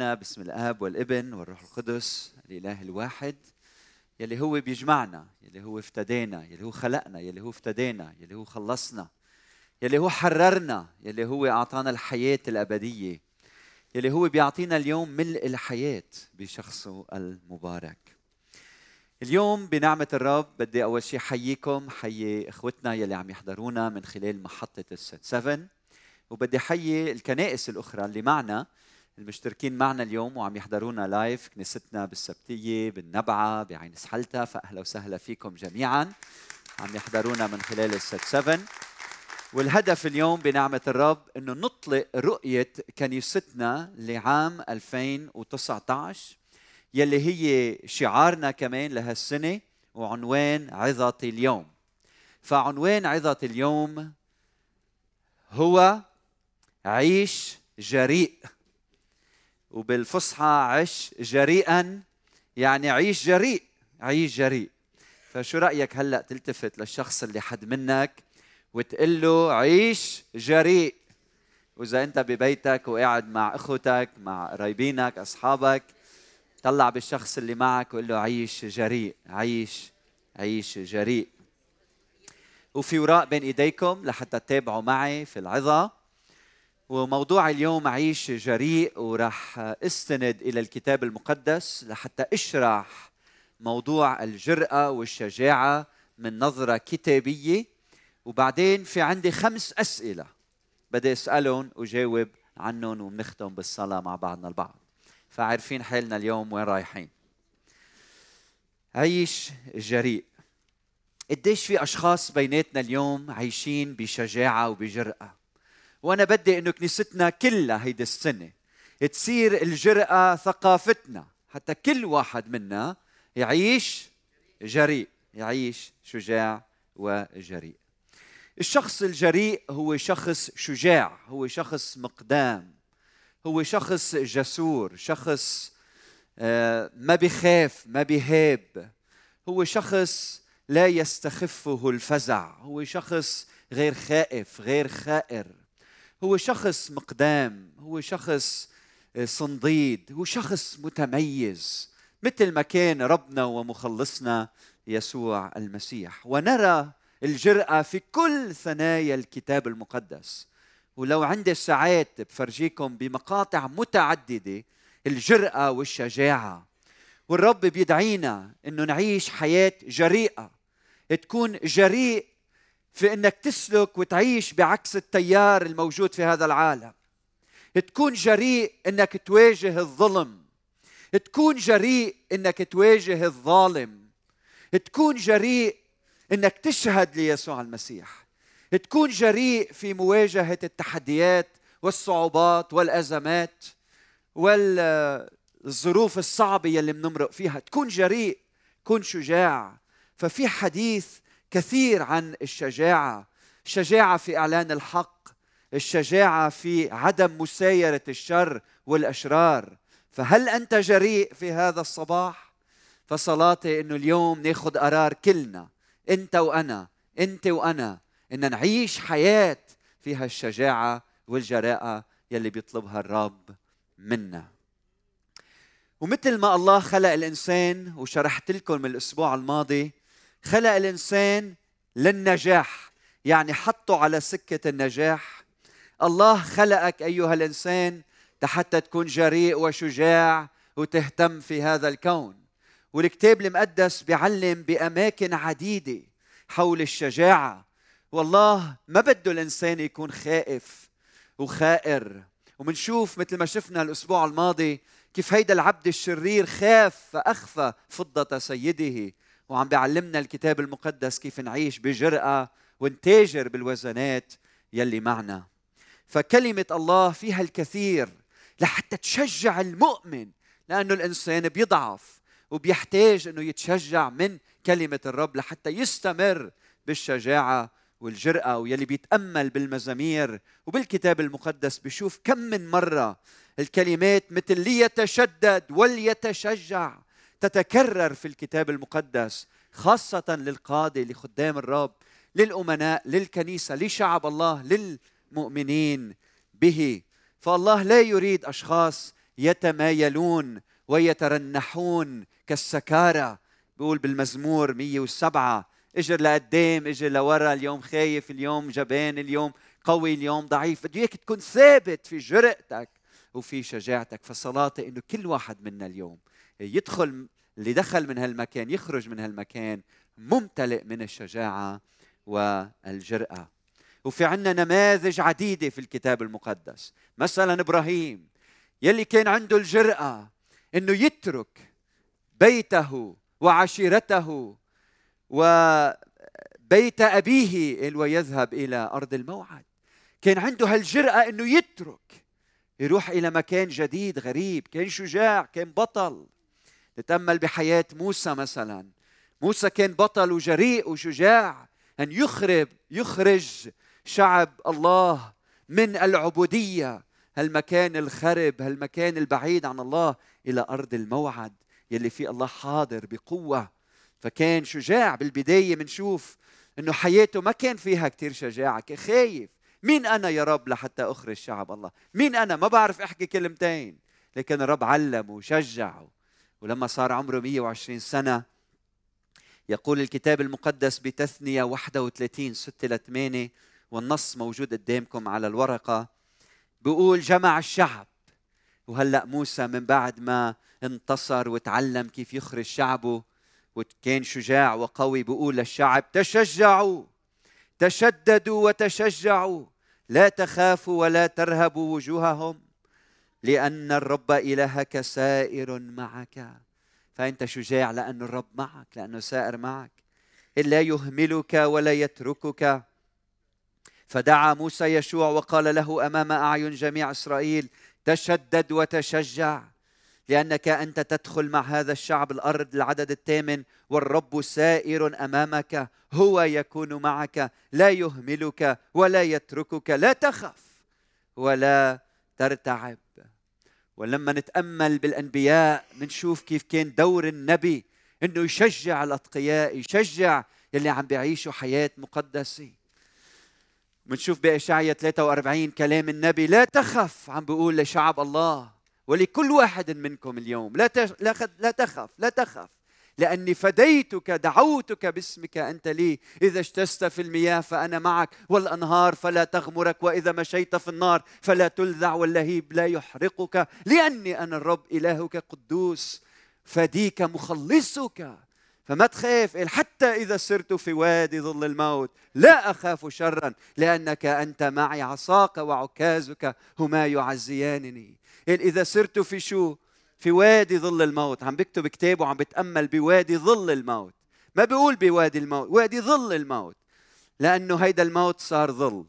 أبونا باسم الآب والابن والروح القدس الإله الواحد يلي هو بيجمعنا، يلي هو افتدينا، يلي هو خلقنا، يلي هو افتدينا، يلي هو خلصنا، يلي هو حررنا، يلي هو أعطانا الحياة الأبدية، يلي هو بيعطينا اليوم ملء الحياة بشخصه المبارك. اليوم بنعمة الرب بدي أول شيء حييكم، حيي إخوتنا يلي عم يحضرونا من خلال محطة الست 7، وبدي حيي الكنائس الأخرى اللي معنا المشتركين معنا اليوم وعم يحضرونا لايف، كنيستنا بالسبتية، بالنبعة، بعين سحلتة، فأهلا وسهلا فيكم جميعا عم يحضرونا من خلال الست 7. والهدف اليوم بنعمة الرب إنه نطلق رؤية كنيستنا لعام 2019 يلي هي شعارنا كمان لهالسنة، وعنوان عظة اليوم. فعنوان عظة اليوم هو عيش جريء، وبالفصحى عش جريئا، يعني عيش جريء، عيش جريء. فشو رأيك هلأ تلتفت للشخص اللي حد منك وتقول له عيش جريء؟ وإذا أنت ببيتك وقاعد مع أخوتك، مع قرايبينك، أصحابك، طلع بالشخص اللي معك وقول له عيش جريء، عيش جريء. وفي وراء بين إيديكم لحتى تتابعوا معي في العظة. وموضوع اليوم عيش جريء، وراح استند إلى الكتاب المقدس لحتى اشرح موضوع الجرأة والشجاعة من نظرة كتابية. وبعدين في عندي 5 أسئلة بدي أسألهم وجاوب عنهم، وبنختم بالصلاة مع بعضنا البعض. فعارفين حالنا اليوم وين رايحين. عيش جريء. قديش في أشخاص بيناتنا اليوم عايشين بشجاعة وبجرأة، وأنا بدي إنه كنيستنا كلها هيدا السنة تصير الجرأة ثقافتنا، حتى كل واحد منا يعيش جريء، يعيش شجاع وجريء. الشخص الجريء هو شخص شجاع، هو شخص مقدام، هو شخص جسور، شخص ما بيخاف، ما بيهاب، هو شخص لا يستخفه الفزع، هو شخص غير خائف، غير خائر، هو شخص مقدام، هو شخص صنديد، هو شخص متميز مثل ما كان ربنا ومخلصنا يسوع المسيح. ونرى الجرأة في كل ثنايا الكتاب المقدس. ولو عندي ساعات بفرجيكم بمقاطع متعددة الجرأة والشجاعة. والرب بيدعينا إنه نعيش حياة جريئة، تكون جريء في إنك تسلك وتعيش بعكس التيار الموجود في هذا العالم، تكون جريء إنك تواجه الظلم، تكون جريء إنك تواجه الظالم، تكون جريء إنك تشهد ليسوع المسيح، تكون جريء في مواجهة التحديات والصعوبات والأزمات والظروف الصعبة يلي بنمرق فيها. تكون جريء، كن شجاع. ففي حديث كثير عن الشجاعة، الشجاعة في إعلان الحق، الشجاعة في عدم مسايرة الشر والأشرار. فهل أنت جريء في هذا الصباح؟ فصلاتي إنه اليوم ناخد قرار كلنا، أنت وأنا، أنت وأنا، إن نعيش حياة فيها الشجاعة والجراءة يلي بيطلبها الرب منا. ومثل ما الله خلق الإنسان، وشرحت لكم من الأسبوع الماضي، خلق الإنسان للنجاح، يعني حطه على سكة النجاح. الله خلقك أيها الإنسان حتى تكون جريء وشجاع وتهتم في هذا الكون. والكتاب المقدس بيعلم بأماكن عديدة حول الشجاعة. والله ما بده الإنسان يكون خائف وخائر. ومنشوف مثل ما شفنا الأسبوع الماضي كيف هيدا العبد الشرير خاف فأخفى فضة سيده. وعم بيعلمنا الكتاب المقدس كيف نعيش بجرأة ونتاجر بالوزنات يلي معنا. فكلمة الله فيها الكثير لحتى تشجع المؤمن، لأنه الإنسان بيضعف وبيحتاج أنه يتشجع من كلمة الرب لحتى يستمر بالشجاعة والجرأة. ويلي بيتأمل بالمزامير وبالكتاب المقدس بيشوف كم من مرة الكلمات مثل ليتشدد وليتشجع تتكرر في الكتاب المقدس، خاصة للقادة، لخدام الرب، للأمناء، للكنيسة، لشعب الله، للمؤمنين به. فالله لا يريد أشخاص يتمايلون ويترنحون كالسكارى. بيقول بالمزمور 107: اجر لقدام اجر لورا، اليوم خايف اليوم جبان، اليوم قوي اليوم ضعيف. بده اياك تكون ثابت في جرأتك وفي شجاعتك. فصلاتي انه كل واحد منا اليوم يدخل، اللي دخل من هالمكان يخرج من هالمكان ممتلئ من الشجاعة والجرأة. وفي عنا نماذج عديدة في الكتاب المقدس. مثلا إبراهيم يلي كان عنده الجرأة انه يترك بيته وعشيرته وبيت أبيه ويذهب إلى أرض الموعد. كان عنده هالجرأة انه يترك يروح إلى مكان جديد غريب. كان شجاع، كان بطل. نتأمل بحياة موسى مثلا. موسى كان بطل وجريء وشجاع أن يخرج شعب الله من العبودية، هالمكان الخرب، هالمكان البعيد عن الله، إلى أرض الموعد يلي فيه الله حاضر بقوة. فكان شجاع. بالبداية منشوف أنه حياته ما كان فيها كتير شجاعة، كان خايف. مين أنا يا رب لحتى أخرج شعب الله؟ مين أنا؟ ما بعرف أحكي كلمتين. لكن الرب علمه وشجعه. ولما صار عمره 120 سنة يقول الكتاب المقدس بتثنية 31 6-8، والنص موجود قدامكم على الورقة، بيقول: جمع الشعب. وهلأ موسى من بعد ما انتصر وتعلم كيف يخرج شعبه وكان شجاع وقوي، بيقول للشعب: تشجعوا، تشددوا وتشجعوا، لا تخافوا ولا ترهبوا وجوههم، لأن الرب إلهك سائر معك. فأنت شجاع لأن الرب معك، لأنه سائر معك. إلا يهملك ولا يتركك. فدعا موسى يشوع وقال له أمام أعين جميع إسرائيل: تشدد وتشجع، لأنك أنت تدخل مع هذا الشعب الأرض. العدد 8: والرب سائر أمامك، هو يكون معك، لا يهملك ولا يتركك، لا تخف ولا ترتعب. ولما نتأمل بالأنبياء منشوف كيف كان دور النبي إنه يشجع الأتقياء، يشجع يلي عم بيعيشوا حياة مقدسة. منشوف بإشعياء 43 كلام النبي: لا تخف، عم بيقول لشعب الله ولكل واحد منكم اليوم: لا تخف، لا تخف، لأني فديتك، دعوتك باسمك أنت لي. إذا اجتزت في المياه فأنا معك، والأنهار فلا تغمرك، وإذا مشيت في النار فلا تلذع، واللهيب لا يحرقك، لأني أنا الرب إلهك قدوس فديك مخلصك. فما تخاف. حتى إذا سرت في وادي ظل الموت لا أخاف شرا، لأنك أنت معي، عصاك وعكازك هما يعزيانني. إذا سرت في شو؟ في وادي ظل الموت. عم بكتب كتاب وعم بتأمل بوادي ظل الموت، ما بيقول بوادي الموت، وادي ظل الموت، لأنه هيدا الموت صار ظل.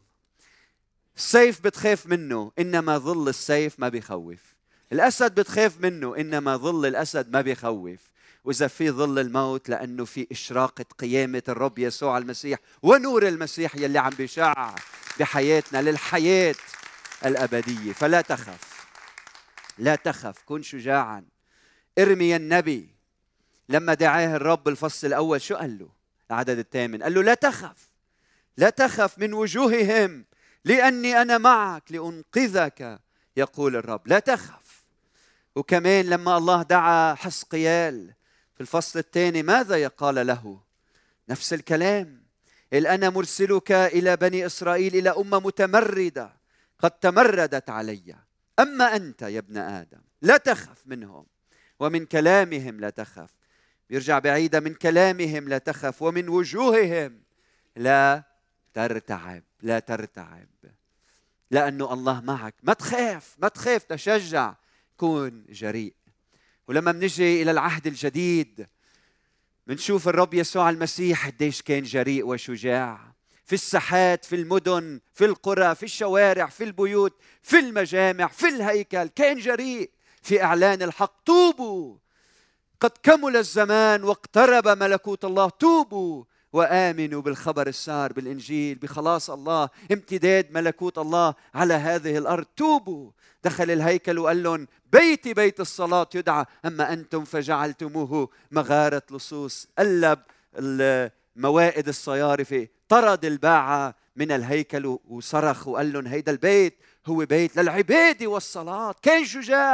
السيف بتخاف منه، إنما ظل السيف ما بيخوف. الأسد بتخاف منه، إنما ظل الأسد ما بيخوف. وإذا في ظل الموت، لأنه في إشراقة قيامة الرب يسوع المسيح ونور المسيح يلي عم بيشع بحياتنا للحياة الأبدية. فلا تخف، لا تخف، كن شجاعا. ارميا النبي لما دعاه الرب الفصل الأول شو قال له؟ العدد 8 قال له: لا تخف، لا تخف من وجوههم، لأني أنا معك لأنقذك، يقول الرب. لا تخف. وكمان لما الله دعا حزقيال في الفصل الثاني ماذا قال له؟ نفس الكلام: أنا مرسلك إلى بني إسرائيل، إلى أمة متمردة قد تمردت علي. أما أنت يا ابن آدم لا تخف منهم، ومن كلامهم لا تخف. بيرجع بعيدة: من كلامهم لا تخف، ومن وجوههم لا ترتعب. لا ترتعب، لأنه الله معك. ما تخاف، ما تخاف، تشجع، كون جريء. ولما منجي إلى العهد الجديد منشوف الرب يسوع المسيح قديش كان جريء وشجاع في الساحات، في المدن، في القرى، في الشوارع، في البيوت، في المجامع، في الهيكل. كان جريء في إعلان الحق: توبوا، قد كمل الزمان واقترب ملكوت الله، توبوا وآمنوا بالخبر السار، بالإنجيل، بخلاص الله، امتداد ملكوت الله على هذه الأرض. توبوا. دخل الهيكل وقال لهم: بيتي بيت الصلاة يدعى، أما أنتم فجعلتموه مغارة لصوص. قلب موائد الصيارفة، طرد الباعة من الهيكل وصرخ وقال لهم: هيدا البيت هو بيت للعبادة والصلاة. كان شجاع،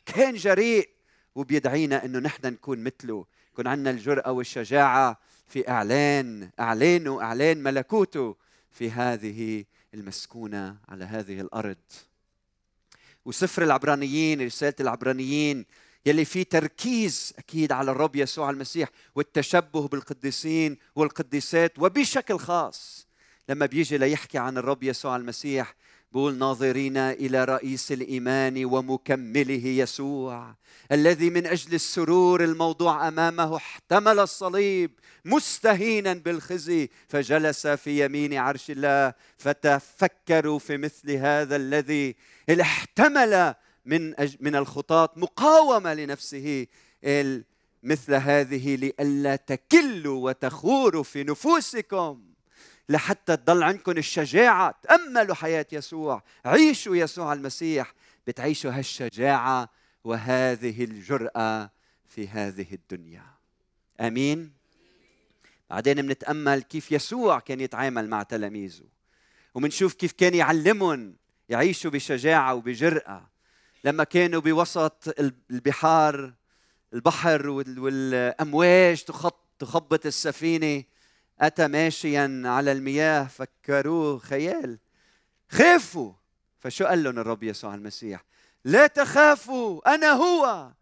كان جريء، وبيدعينا انه نحن نكون مثله، يكون عندنا الجرأة والشجاعة في اعلان ملكوته في هذه المسكونة على هذه الارض. وسفر العبرانيين، رسالة العبرانيين يلي فيه تركيز أكيد على الرب يسوع المسيح والتشبه بالقديسين والقديسات، وبشكل خاص لما بيجي ليحكي عن الرب يسوع المسيح بقول ناظرين إلى رئيس الإيمان ومكمله يسوع الذي من أجل السرور الموضوع أمامه احتمل الصليب مستهينا بالخزي فجلس في يمين عرش الله. فتفكروا في مثل هذا الذي احتمل من الخطاة مقاومة لنفسه مثل هذه لئلا تكلوا وتخوروا في نفوسكم، لحتى تضل عندكم الشجاعة. تأملوا حياة يسوع، عيشوا يسوع المسيح، بتعيشوا هالشجاعة وهذه الجرأة في هذه الدنيا. آمين. بعدين بنتأمل كيف يسوع كان يتعامل مع تلاميذه، ومنشوف كيف كان يعلمهم يعيشوا بشجاعة وبجرأة. لما كانوا بوسط البحر والأمواج تخبط السفينة، أتى ماشيا على المياه، فكروه خيال، خافوا. فشو قال لهم الرب يسوع المسيح؟ لا تخافوا، أنا هو،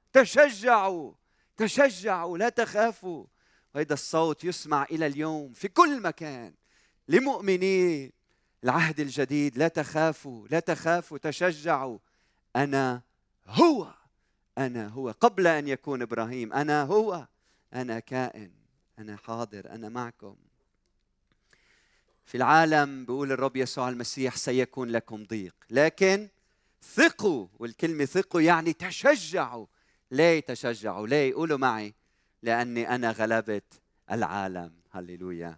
تشجعوا لا تخافوا. وهذا الصوت يسمع إلى اليوم في كل مكان لمؤمنين العهد الجديد. لا تخافوا تشجعوا، أنا هو. قبل أن يكون إبراهيم أنا هو، أنا كائن، أنا حاضر، أنا معكم. في العالم بيقول الرب يسوع المسيح سيكون لكم ضيق، لكن ثقوا. والكلمة ثقوا يعني تشجعوا. ليه تشجعوا؟ ليه؟ قولوا معي: لأني أنا غلبت العالم. هللويا.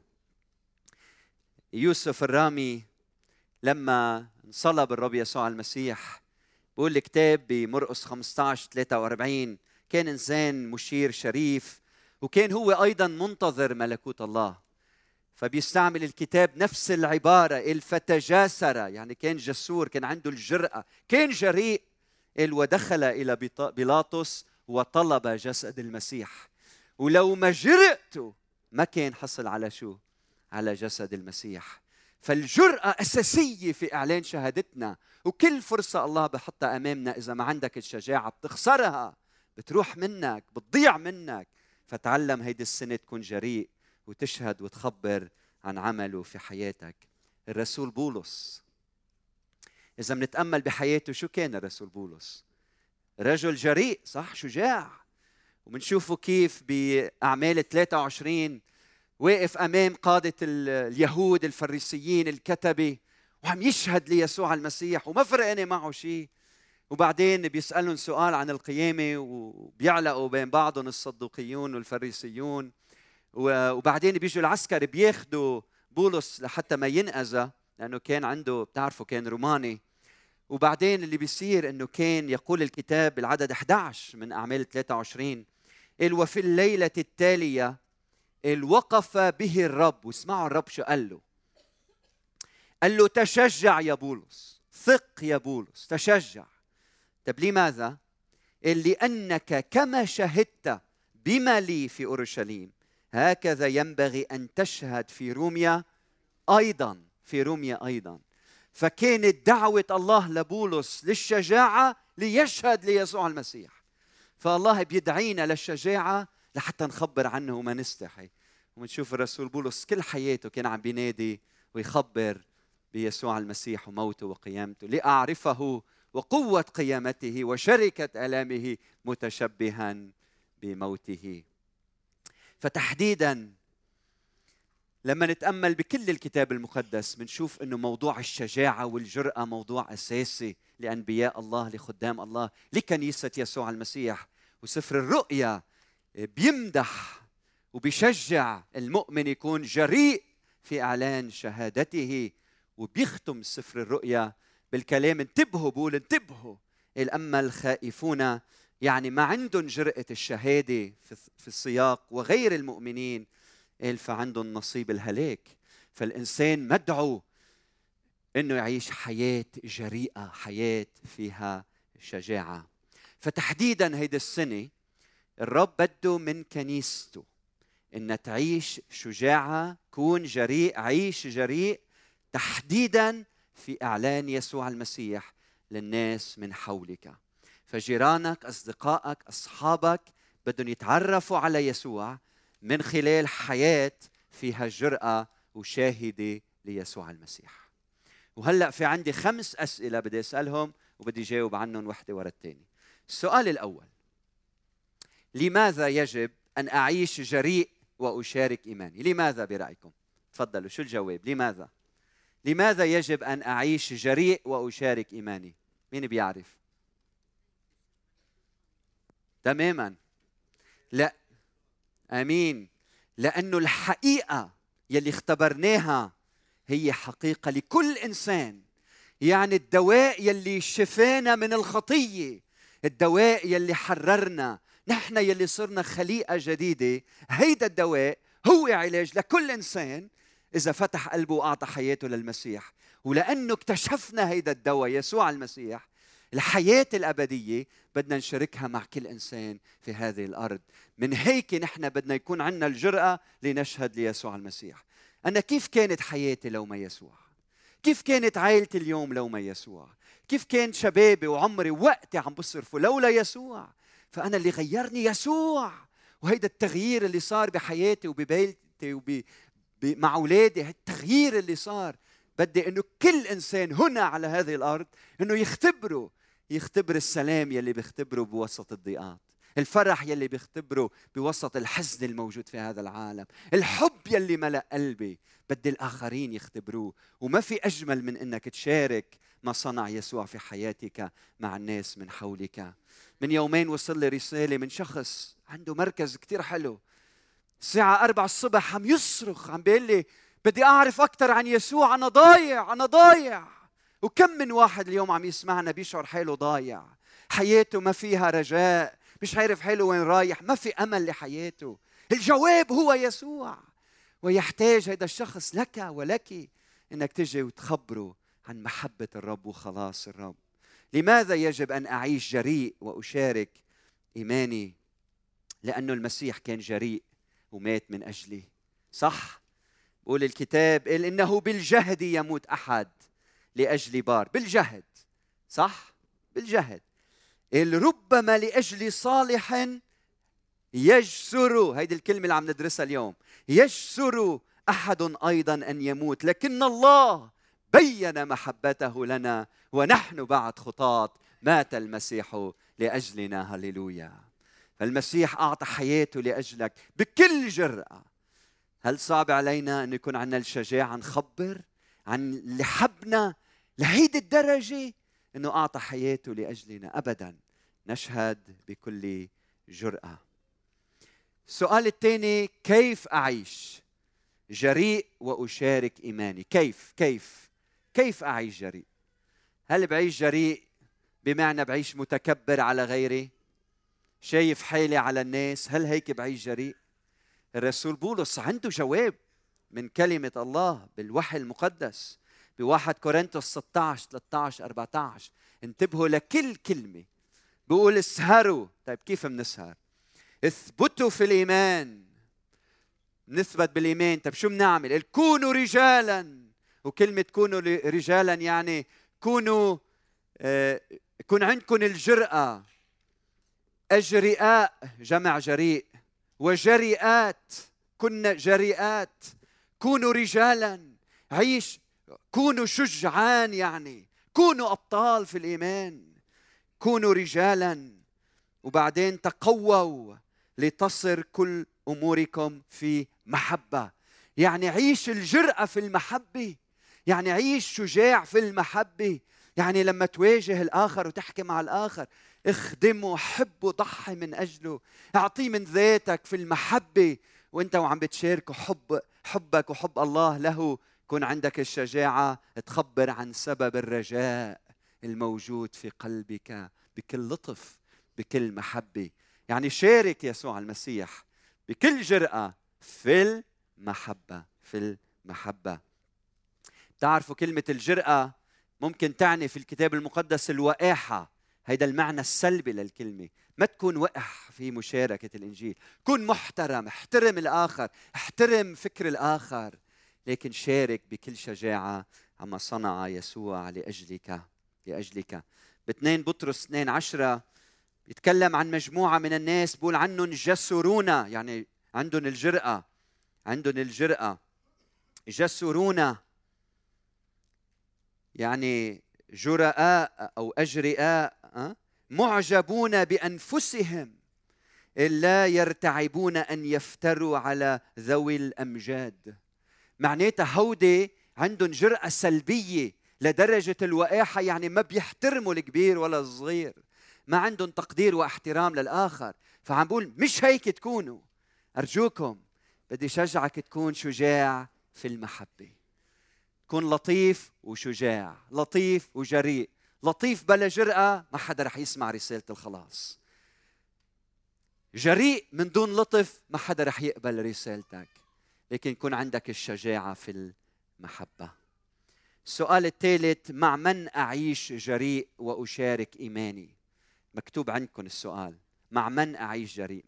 يوسف الرامي لما انصلب الرب يسوع المسيح، بيقول الكتاب بمرقس 15:43 كان إنسان مشير شريف، وكان هو أيضا منتظر ملكوت الله. فبيستعمل الكتاب نفس العبارة، الفتجاسر، يعني كان جسور، كان عنده الجرأة، كان جريء. ودخل إلى بيلاطس وطلب جسد المسيح. ولو ما جرأته ما كان حصل على شو؟ على جسد المسيح. فالجرأة أساسية في إعلان شهادتنا، وكل فرصة الله بحطها أمامنا إذا ما عندك الشجاعة بتخسرها، بتروح منك، بتضيع منك. فتعلم هيدي السنة تكون جريء وتشهد وتخبر عن عمله في حياتك. الرسول بولس، إذا منتأمل بحياته، شو كان الرسول بولس؟ رجل جريء، صح، شجاع. ومنشوفه كيف بأعمال 23 واقف أمام قادة اليهود الفريسيين الكتبة وعم يشهد ليسوع المسيح وما فرقني معه شيء. وبعدين بيسألهم سؤال عن القيامة، وبيعلقوا بين بعضهم الصدوقيون والفريسيون. وبعدين بيجوا العسكر بياخدوا بولس لحتى ما ينأذى، لأنه كان عنده، بتعرفوا، كان روماني. وبعدين اللي بيصير أنه كان يقول الكتاب بالعدد 11 من أعمال 23 وفي الليلة التالية وقف به الرب. واسمعوا الرب شو قال له. قال له: تشجع يا بولس، ثق يا بولس، تشجع. طب لماذا؟ لأنك كما شهدت بما لي في أورشليم هكذا ينبغي أن تشهد في روميا أيضا. فكانت دعوة الله لبولس للشجاعة ليشهد ليسوع المسيح. فالله بيدعينا للشجاعة لحتى نخبر عنه وما نستحي. ونشوف الرسول بولس كل حياته كان عم بينادي ويخبر بيسوع المسيح وموته وقيامته، لأعرفه وقوة قيامته وشركة آلامه متشبها بموته. فتحديدا لما نتأمل بكل الكتاب المقدس بنشوف أنه موضوع الشجاعة والجرأة موضوع أساسي لأنبياء الله، لخدام الله، لكنيسة يسوع المسيح. وسفر الرؤيا بيمدح وبيشجع المؤمن يكون جريء في إعلان شهادته. وبيختم سفر الرؤيا بالكلام: انتبهوا، بقول انتبهوا، أما الخائفون، يعني ما عندهم جرأة الشهادة في السياق، وغير المؤمنين فعندهم نصيب الهلاك. فالإنسان مدعو إنه يعيش حياة جريئة، حياة فيها شجاعة. فتحديدا هيدي السنة الرب بده من كنيسته إن تعيش شجاعة، كون جريء، عيش جريء تحديدا في إعلان يسوع المسيح للناس من حولك. فجيرانك، أصدقائك، أصحابك بدهم يتعرفوا على يسوع من خلال حياة فيها جرأة وشاهدة ليسوع المسيح. وهلأ في عندي 5 أسئلة بدي أسألهم وبدي جاوب عنهم وحدة ورا الثانية. السؤال الأول: لماذا يجب أن أعيش جريء وأشارك إيماني؟ لماذا برأيكم؟ تفضلوا، شو الجواب؟ لماذا؟ لماذا يجب أن أعيش جريء وأشارك إيماني؟ مين بيعرف؟ تماما. لا، امين. لانه الحقيقه يلي اختبرناها هي حقيقه لكل انسان. يعني الدواء يلي شفانا من الخطيه، الدواء يلي حررنا نحن، يلي صرنا خليقه جديده، هيدا الدواء هو علاج لكل انسان اذا فتح قلبه واعطى حياته للمسيح. ولانه اكتشفنا هيدا الدواء يسوع المسيح، الحياة الأبدية بدنا نشاركها مع كل إنسان في هذه الأرض. من هيك نحن بدنا يكون عندنا الجرأة لنشهد ليسوع المسيح. أنا كيف كانت حياتي لو ما يسوع؟ كيف كانت عائلتي اليوم لو ما يسوع؟ كيف كان شبابي وعمري ووقتي عم بصرفه لولا يسوع؟ فأنا اللي غيرني يسوع. وهيدا التغيير اللي صار بحياتي وببيتي مع أولادي، التغيير اللي صار، بدي إنه كل إنسان هنا على هذه الأرض إنه يختبر السلام يلي بيختبره بوسط الضيقات، الفرح يلي بيختبره بوسط الحزن الموجود في هذا العالم، الحب يلي ملأ قلبي بدي الآخرين يختبروه. وما في أجمل من إنك تشارك ما صنع يسوع في حياتك مع الناس من حولك. من يومين وصل لي رسالة من شخص عنده مركز كتير حلو، الساعة 4 الصبح عم يصرخ، عم بيقول لي بدي أعرف أكثر عن يسوع، أنا ضايع. وكم من واحد اليوم عم يسمعنا بيشعر حاله ضايع، حياته ما فيها رجاء، مش عارف حاله وين رايح، ما في أمل لحياته. الجواب هو يسوع، ويحتاج هذا الشخص لك ولك إنك تجي وتخبره عن محبة الرب وخلاص الرب. لماذا يجب أن أعيش جريء وأشارك إيماني؟ لأنه المسيح كان جريء ومات من أجلي. صح؟ بقول الكتاب قال إنه بالجهد يموت أحد لأجل بار. بالجهد، صح؟ بالجهد. قال ربما لأجل صالح يجسر، هيدي الكلمة اللي عم ندرسها اليوم، يجسر أحد أيضا أن يموت، لكن الله بيّن محبته لنا ونحن بعد خطاة مات المسيح لأجلنا. هللويا. فالمسيح أعطى حياته لأجلك بكل جرأة. هل صعب علينا أن يكون عندنا الشجاعة نخبر عن اللي حبنا لهيدي الدرجة أنه أعطى حياته لأجلنا؟ أبدا، نشهد بكل جرأة. السؤال الثاني: كيف أعيش جريء وأشارك إيماني؟ كيف أعيش جريء؟ هل بعيش جريء بمعنى بعيش متكبر على غيري، شايف حالي على الناس؟ هل هيك بعيش جريء؟ الرسول بولس عنده جواب من كلمة الله بالوحي المقدس ب1 كورنثوس 16 13 14. انتبهوا لكل كلمة. بيقول اسهروا. طيب كيف بنسهر؟ اثبتوا في الإيمان. نثبت بالإيمان. طيب شو بنعمل؟ كونوا رجالا. وكلمة كونوا رجالا يعني كونوا يكون عندكم الجرأة. أجرئاء جمع جريء، وجريئات، كنا جريئات. كونوا رجالا، عيش، كونوا شجعان، يعني كونوا أبطال في الإيمان، كونوا رجالا. وبعدين تقووا لتصر كل أموركم في محبة. يعني عيش الجرأة في المحبة، يعني عيش شجاع في المحبة. يعني لما تواجه الآخر وتحكي مع الآخر، اخدمه، حبه، ضحي من أجله، اعطيه من ذاتك في المحبة. وانت وعم بتشاركه حبك وحب الله له، كون عندك الشجاعة تخبر عن سبب الرجاء الموجود في قلبك بكل لطف، بكل محبة. يعني شارك يسوع المسيح بكل جرأة في المحبة. تعرفوا كلمة الجرأة ممكن تعني في الكتاب المقدس الوقاحة، هيدا المعنى السلبي للكلمة. ما تكون وقح في مشاركة الإنجيل، كن محترم، احترم الآخر، احترم فكر الآخر، لكن شارك بكل شجاعة عما صنع يسوع لأجلك. ب2 بطرس 2:10 بيتكلم عن مجموعة من الناس بقول عنهم جسرون، يعني عندهم الجرأة. جسرون يعني جرآء أو أجرئاء، معجبون بأنفسهم، لا يرتعبون أن يفتروا على ذوي الأمجاد. معناتها هودي عندهم جرأة سلبية لدرجة الوقاحة، يعني ما بيحترموا الكبير ولا الصغير، ما عندهم تقدير واحترام للآخر. فعم بقول مش هيك تكونوا. أرجوكم بدي شجعك تكون شجاع في المحبة، تكون لطيف وشجاع، لطيف وجريء. لطيف بلا جرأة ما حدا رح يسمع رسالة الخلاص. جريء من دون لطف ما حدا رح يقبل رسالتك. لكن يكون عندك الشجاعة في المحبة. السؤال الثالث: مع من أعيش جريء وأشارك إيماني؟ مكتوب عندكم السؤال، مع من أعيش جريء؟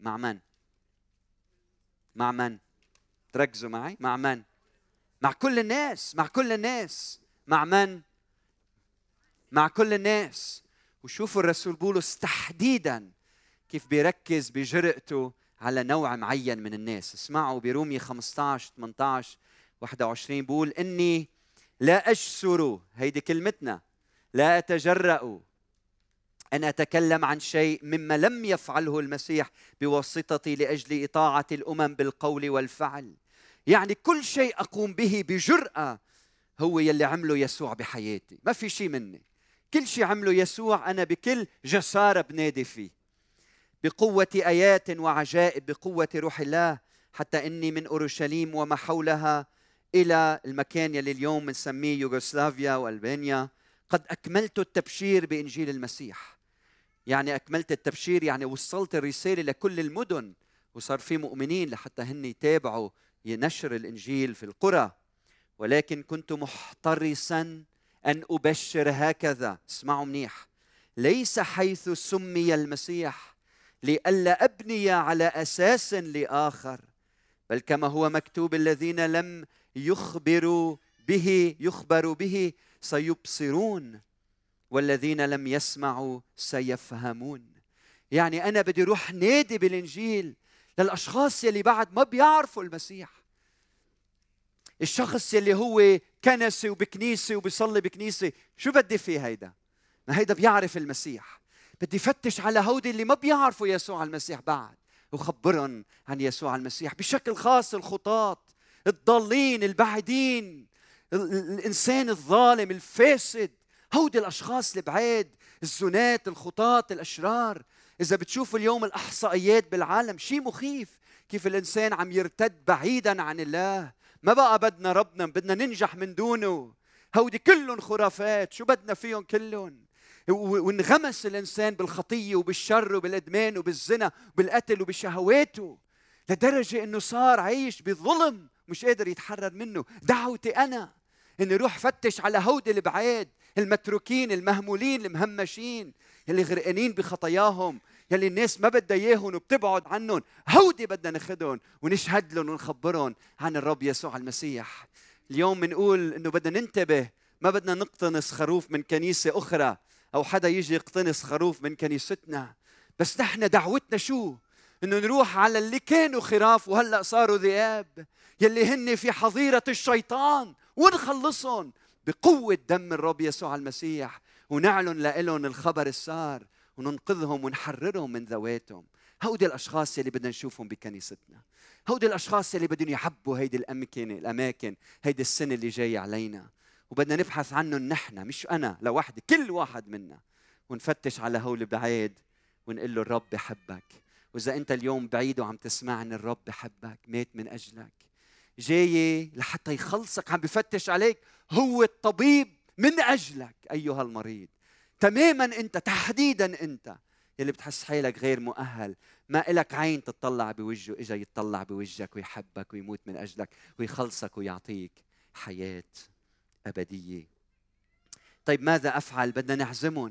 مع من؟ تركزوا معي. مع من؟ مع كل الناس. مع من؟ مع كل الناس. وشوفوا الرسول بولس تحديداً كيف بيركز بجرأته على نوع معين من الناس. اسمعوا برومية 15:18-21 بقول: إني لا أجسر، هيدي كلمتنا، لا أتجرأ أن أتكلم عن شيء مما لم يفعله المسيح بواسطتي لأجل إطاعة الأمم بالقول والفعل. يعني كل شيء أقوم به بجرأة هو يلي عمله يسوع بحياتي، ما في شيء مني. كل شيء عمله يسوع أنا بكل جسارة بنادي فيه، بقوة آيات وعجائب، بقوة روح الله، حتى إني من أورشليم وما حولها إلى المكان يلي اليوم بنسميه يوغوسلافيا وألبانيا قد أكملت التبشير بإنجيل المسيح. يعني أكملت التبشير يعني وصلت الرسالة لكل المدن، وصار في مؤمنين لحتى هن يتابعوا نشر الإنجيل في القرى. ولكن كنت محترسا أن أبشر هكذا، اسمعوا منيح، ليس حيث سمي المسيح لئلا أبني على أساس لآخر، بل كما هو مكتوب: الذين لم يخبروا به سيبصرون، والذين لم يسمعوا سيفهمون. يعني أنا بدي روح نادي بالإنجيل للأشخاص يلي بعد ما بيعرفوا المسيح. الشخص يلي هو كنسي وبكنيسة وبيصلي بكنيسة، شو بدي فيه هيدا؟ ما هيدا بيعرف المسيح. بدي فتش على هودي اللي ما بيعرفوا يسوع المسيح بعد، وخبرهم عن يسوع المسيح بشكل خاص. الخطاة الضالين البعيدين، الإنسان الظالم الفاسد، هودي الأشخاص البعيد، الزنات، الخطاة، الأشرار. إذا بتشوفوا اليوم الإحصائيات بالعالم شيء مخيف، كيف الإنسان عم يرتد بعيدا عن الله. ما بقى بدنا ربنا، بدنا ننجح من دونه. هودي كلهم خرافات، شو بدنا فيهم كلهم؟ وانغمس الإنسان بالخطية وبالشر وبالإدمان وبالزنا وبالقتل وبشهواته، لدرجة أنه صار عايش بظلم مش قادر يتحرر منه. دعوتي أنا أني روح فتش على هودي البعاد، المتروكين، المهمولين، المهمشين، يلي غرقانين بخطاياهم، يلي الناس ما بدها اياهم وبتبعد عنهم. هودي بدنا ناخذهم ونشهد لهم ونخبرهم عن الرب يسوع المسيح. اليوم بنقول انه بدنا ننتبه، ما بدنا نقتنص خروف من كنيسة أخرى أو حدا يجي يقتنص خروف من كنيستنا. بس نحن دعوتنا شو؟ إنه نروح على اللي كانوا خراف وهلأ صاروا ذئاب، يلي هن في حظيرة الشيطان، ونخلصهم بقوة دم الرب يسوع المسيح، ونعلن لهم الخبر السار، وننقذهم ونحررهم من ذواتهم. هودي الأشخاص يلي بدنا نشوفهم بكنيستنا، هودي الأشخاص يلي بدهم يحبوا هيدي الأماكن هيدي السنة اللي جاي علينا. وبدنا نبحث عنهم نحن، مش أنا لوحدي، كل واحد منا، ونفتش على هول البعيد ونقول له الرب بحبك. وإذا أنت اليوم بعيد وعم تسمعني، الرب بحبك، مات من أجلك، جاي لحتى يخلصك، عم بفتش عليك. هو الطبيب من أجلك أيها المريض. تماما أنت، تحديدا أنت يلي بتحس حالك غير مؤهل، ما إلك عين تطلع بوجهه، إجا يتطلع بوجهك ويحبك ويموت من أجلك ويخلصك ويعطيك حياة أبدية. طيب ماذا أفعل؟ بدنا نعزمهم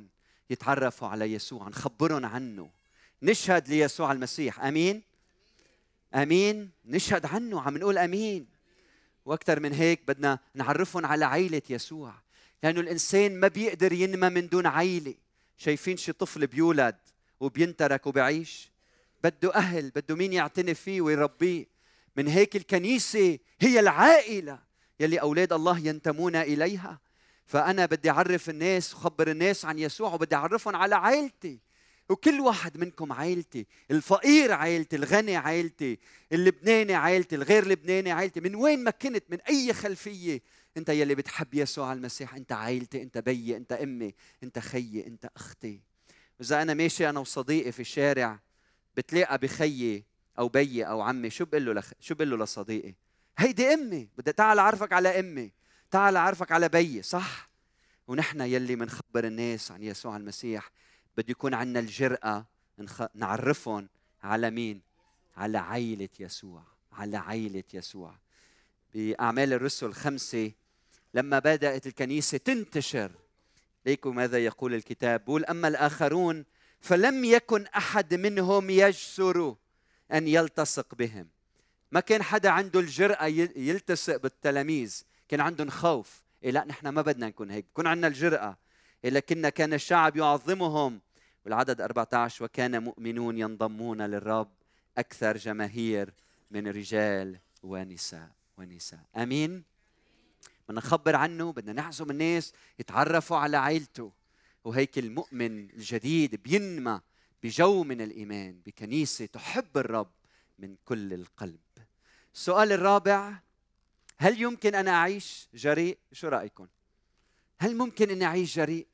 يتعرفوا على يسوع، نخبرهم عنه، نشهد ليسوع المسيح. امين امين، نشهد عنه، عم نقول امين. واكثر من هيك بدنا نعرفهم على عائله يسوع، لانه الانسان ما بيقدر ينمى من دون عائله. شايفين شي طفل بيولد وبينترك وبيعيش؟ بده اهل، بده مين يعتني فيه ويربيه. من هيك الكنيسه هي العائله يلي اولاد الله ينتمون اليها. فانا بدي اعرف الناس وخبر الناس عن يسوع، وبدي اعرفهم على عائلتي. وكل واحد منكم عائلتي، الفقير عائلتي، الغني عائلتي، اللبناني عائلتي، الغير لبناني عائلتي. من وين ما كنت، من اي خلفيه، انت يلي بتحب يسوع المسيح، انت عائلتي، انت بيي، انت امي، انت خيي، انت اختي. واذا انا ماشي انا وصديقي في الشارع، بتلاقى بخيي او بيي او عمي، شو بقول له لصديقي؟ هيدي امي، بدي تعال اعرفك على امي، تعال اعرفك على بيي، صح؟ ونحن يلي منخبر الناس عن يسوع المسيح بده يكون عندنا الجرأة نعرفهم على مين؟ على عائلة يسوع، على عائلة يسوع. بأعمال الرسل 5 لما بدأت الكنيسة تنتشر، ليكوا ماذا يقول الكتاب؟ بيقول أما الآخرون فلم يكن أحد منهم يجسر أن يلتصق بهم. ما كان حدا عنده الجرأة يلتصق بالتلاميذ، كان عندهم خوف. إيه لا، نحن ما بدنا نكون هيك، يكون عندنا الجرأة. لكن كان الشعب يعظمهم. والعدد 14 وكان مؤمنون ينضمون للرب أكثر جماهير من رجال ونساء. آمين. بدنا نخبر عنه، بدنا نعزم الناس يتعرفوا على عائلته. وهيك المؤمن الجديد بينمى بجو من الإيمان بكنيسة تحب الرب من كل القلب. السؤال الرابع: هل يمكن أن أعيش جريء؟ شو رأيكم؟ هل ممكن أن أعيش جريء؟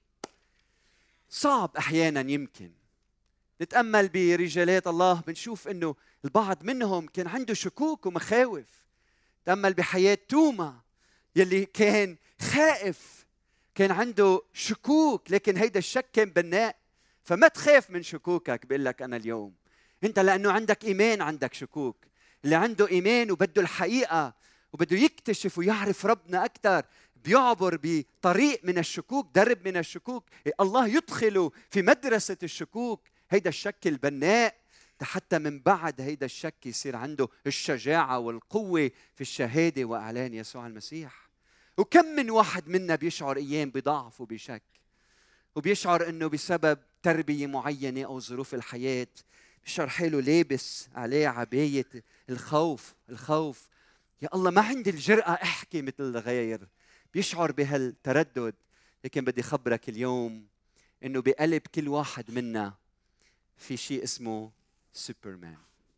صعب أحيانا. يمكن نتأمل برجالات الله بنشوف أنه البعض منهم كان عنده شكوك ومخاوف. تأمل بحياة توما يلي كان خائف، كان عنده شكوك، لكن هيدا الشك كان بناء. فما تخاف من شكوكك. بقول لك أنا اليوم أنت لأنه عندك إيمان عندك شكوك. اللي عنده إيمان وبده الحقيقة وبده يكتشف ويعرف ربنا أكثر بيعبر بطريق من الشكوك، درب من الشكوك، الله يدخله في مدرسة الشكوك. هيدا الشك البناء حتى من بعد هيدا الشك يصير عنده الشجاعة والقوة في الشهادة وإعلان يسوع المسيح. وكم من واحد منا بيشعر أيام بضعف وبشك، وبيشعر أنه بسبب تربية معينة أو ظروف الحياة بيشعر حاله لابس عليه عباية الخوف. يا الله ما عندي الجرأة أحكي مثل الغير. بيشعر بهالتردد. لكن بدي خبرك اليوم أنه بقلب كل واحد منا في شيء اسمه سوبرمان.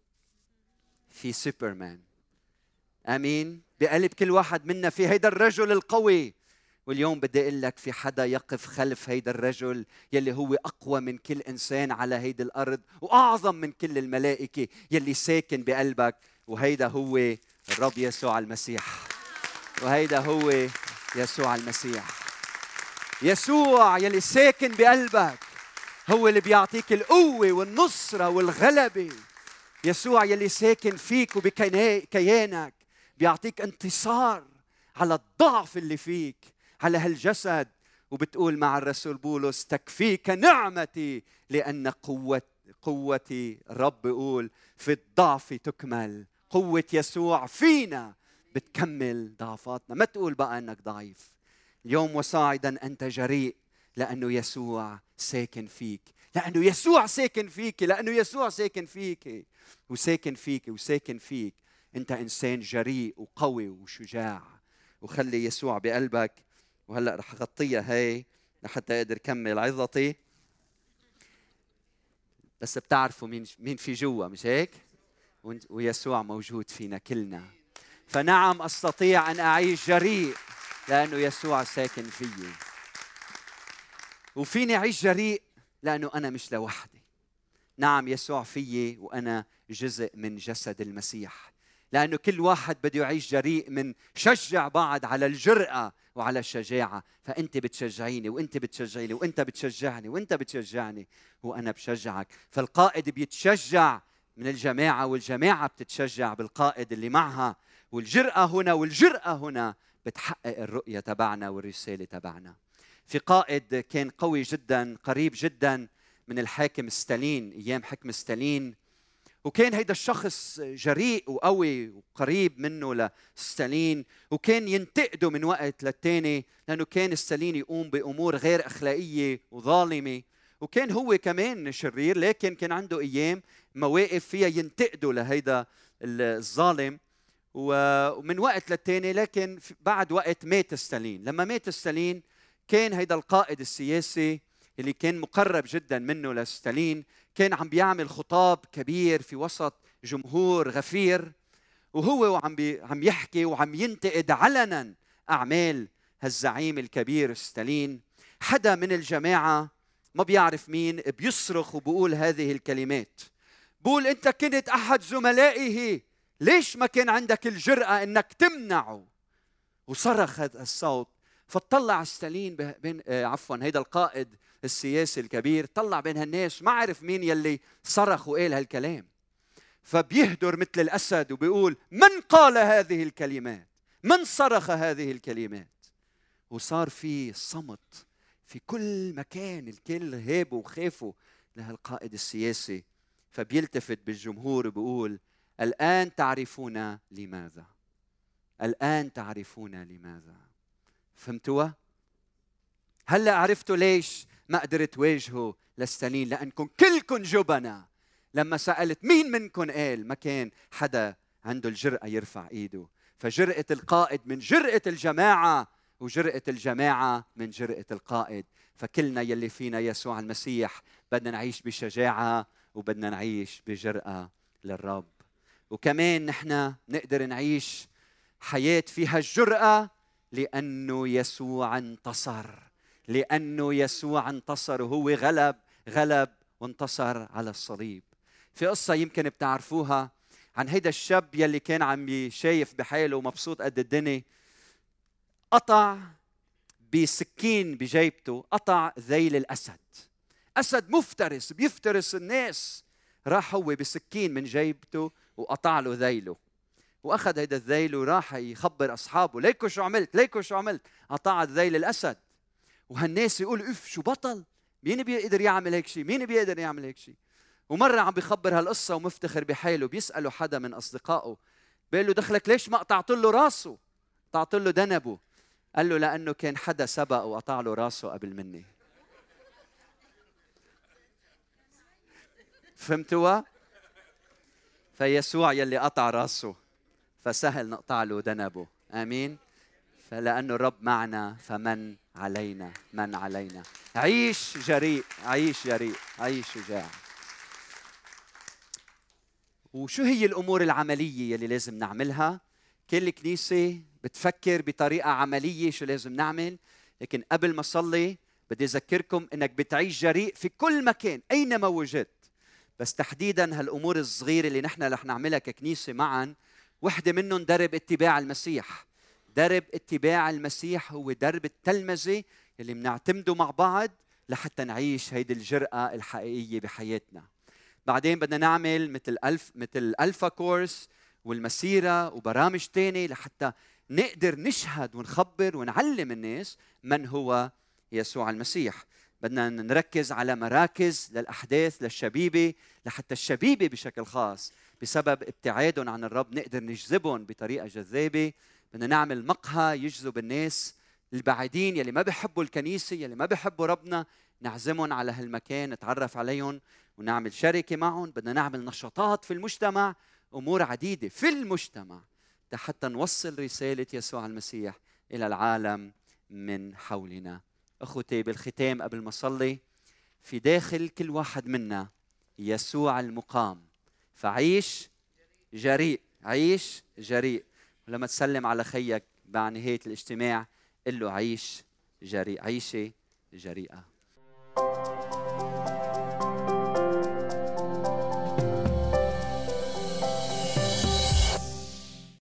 في سوبرمان. امين. بقلب كل واحد منا في هيدا الرجل القوي. واليوم بدي اقول لك في حدا يقف خلف هيدا الرجل يلي هو اقوى من كل انسان على هيدي الارض واعظم من كل الملائكه يلي ساكن بقلبك. وهيدا هو الرب يسوع المسيح. وهيدا هو يسوع المسيح. يسوع يلي ساكن بقلبك هو اللي بيعطيك القوة والنصرة والغلبة. يسوع يلي ساكن فيك وبكيانك بيعطيك انتصار على الضعف اللي فيك، على هالجسد. وبتقول مع الرسول بولس تكفيك نعمتي لأن قوتي الرب بيقول في الضعف تكمل. قوة يسوع فينا بتكمل ضعفاتنا. ما تقول بقى أنك ضعيف. اليوم وصاعدا أنت جريء لأنه يسوع ساكن فيك، لأنه يسوع ساكن فيك، لأنه يسوع ساكن فيك وساكن فيك. أنت إنسان جريء وقوي وشجاع. وخلي يسوع بقلبك. وهلأ رح أغطيها هاي لحتى أقدر كمل عظتي. بس بتعرفوا مين في جوا، مش هيك؟ ويسوع موجود فينا كلنا. فنعم أستطيع أن أعيش جريء لأنه يسوع ساكن فيي. وفيني أعيش جريء لأنه أنا مش لوحدي. نعم يسوع فيي وأنا جزء من جسد المسيح. لأنه كل واحد بده يعيش جريء من شجع بعض على الجرأة وعلى الشجاعة. فأنت بتشجعيني وأنت بتشجعيني وأنت بتشجعني وأنت بتشجعني وأنا بشجعك. فالقائد بيتشجع من الجماعة والجماعة بتتشجع بالقائد اللي معها. والجرأة هنا والجرأة هنا بتحقق الرؤية تبعنا والرسالة تبعنا. في قائد كان قوي جدا قريب جدا من الحاكم ستالين ايام حكم ستالين، وكان هيدا الشخص جريء وقوي وقريب منه لستالين، وكان ينتقده من وقت للتاني لانه كان ستالين يقوم بامور غير اخلاقيه وظالمه، وكان هو كمان شرير، لكن كان عنده ايام مواقف فيها ينتقده لهيدا الظالم. ومن وقت للتاني، لكن بعد وقت مات ستالين. لما مات ستالين كان هيدا القائد السياسي اللي كان مقرب جدا منه لستالين كان عم بيعمل خطاب كبير في وسط جمهور غفير، وهو عم يحكي وعم ينتقد علنا أعمال هالزعيم الكبير ستالين. حدا من الجماعة ما بيعرف مين بيصرخ وبقول هذه الكلمات، بقول: أنت كنت أحد زملائه، ليش ما كان عندك الجرأة أنك تمنعه؟ وصرخ هذا الصوت، فطلع ستالين هيدا القائد السياسي الكبير طلع بين هالناس، ما عرف مين يلي صرخ وقال هالكلام، فبيهدر مثل الأسد وبيقول: من قال هذه الكلمات؟ من صرخ هذه الكلمات؟ وصار في صمت في كل مكان، الكل هابوا وخافوا لهالقائد السياسي. فبيلتفت بالجمهور وبيقول: الآن تعرفون لماذا، الآن تعرفون لماذا. فهمتوا؟ هلأ عرفتوا ليش ما قدرت واجهوا لستالين؟ لأنكم كلكم جبنة. لما سألت مين منكم قال، ما كان حدا عنده الجرأة يرفع إيده. فجرأة القائد من جرأة الجماعة، وجرأة الجماعة من جرأة القائد. فكلنا يلي فينا يسوع المسيح بدنا نعيش بشجاعة وبدنا نعيش بجرأة للرب. وكمان نحن نقدر نعيش حياة فيها الجرأة لأنه يسوع انتصر، لأنه يسوع انتصر وهو غلب وانتصر على الصليب. في قصة يمكن بتعرفوها عن هيدا الشاب يلي كان عم يشايف بحاله ومبسوط قد الدنيا، قطع بسكين بجيبته، قطع ذيل الأسد. أسد مفترس بيفترس الناس، راح هو بسكين من جيبته وقطع له ذيله، واخذ هيدا الذيل وراح يخبر اصحابه: ليكو شو عملت، ليكو شو عملت، قطعت ذيل الاسد. وهالناس يقولوا: اف شو بطل، مين بيقدر يعمل هيك شيء، مين بيقدر يعمل هيك شيء. ومره عم بيخبر هالقصه ومفتخر بحاله، بيساله حدا من اصدقائه بيقول له: دخلك ليش ما قطعت له راسه، قطعت له ذنبه؟ قال له: لانه كان حدا سبق وقطع له راسه قبل مني. فهمتوا؟ فيسوع يلي قطع راسه فسهل نقطع له ذنبه. آمين. فلأنه الرب معنا فمن علينا، من علينا. عيش جريء، عيش جريء، عيش شجاع. وشو هي الأمور العملية يلي لازم نعملها؟ كل كنيسة بتفكر بطريقة عملية شو لازم نعمل، لكن قبل ما صلي بدي أذكركم إنك بتعيش جريء في كل مكان أينما وجدت. بس تحديداً هالأمور الصغيرة اللي نحن رح نعملها ككنيسة معاً، وحدة منهم درب اتباع المسيح. درب اتباع المسيح هو درب التلمذة اللي بنعتمده مع بعض لحتى نعيش هيدي الجرأة الحقيقية بحياتنا. بعدين بدنا نعمل مثل ألفا كورس والمسيرة وبرامج تانية لحتى نقدر نشهد ونخبر ونعلم الناس من هو يسوع المسيح. بدنا نركز على مراكز للأحداث للشبيبة، لحتى الشبيبة بشكل خاص بسبب ابتعادهم عن الرب نقدر نجذبهم بطريقة جذابة. بدنا نعمل مقهى يجذب الناس البعيدين يلي ما بيحبوا الكنيسة، يلي ما بيحبوا ربنا، نعزمهم على هالمكان، نتعرف عليهم ونعمل شركة معهم. بدنا نعمل نشاطات في المجتمع، أمور عديدة في المجتمع حتى نوصل رسالة يسوع المسيح إلى العالم من حولنا. أخوتي، بالختام قبل ما صلي، في داخل كل واحد منا يسوع المقام، فعيش جريء، عيش جريء. ولما تسلم على خيك بعد نهاية الاجتماع قل له: عيش جريء، عيشة جريئة.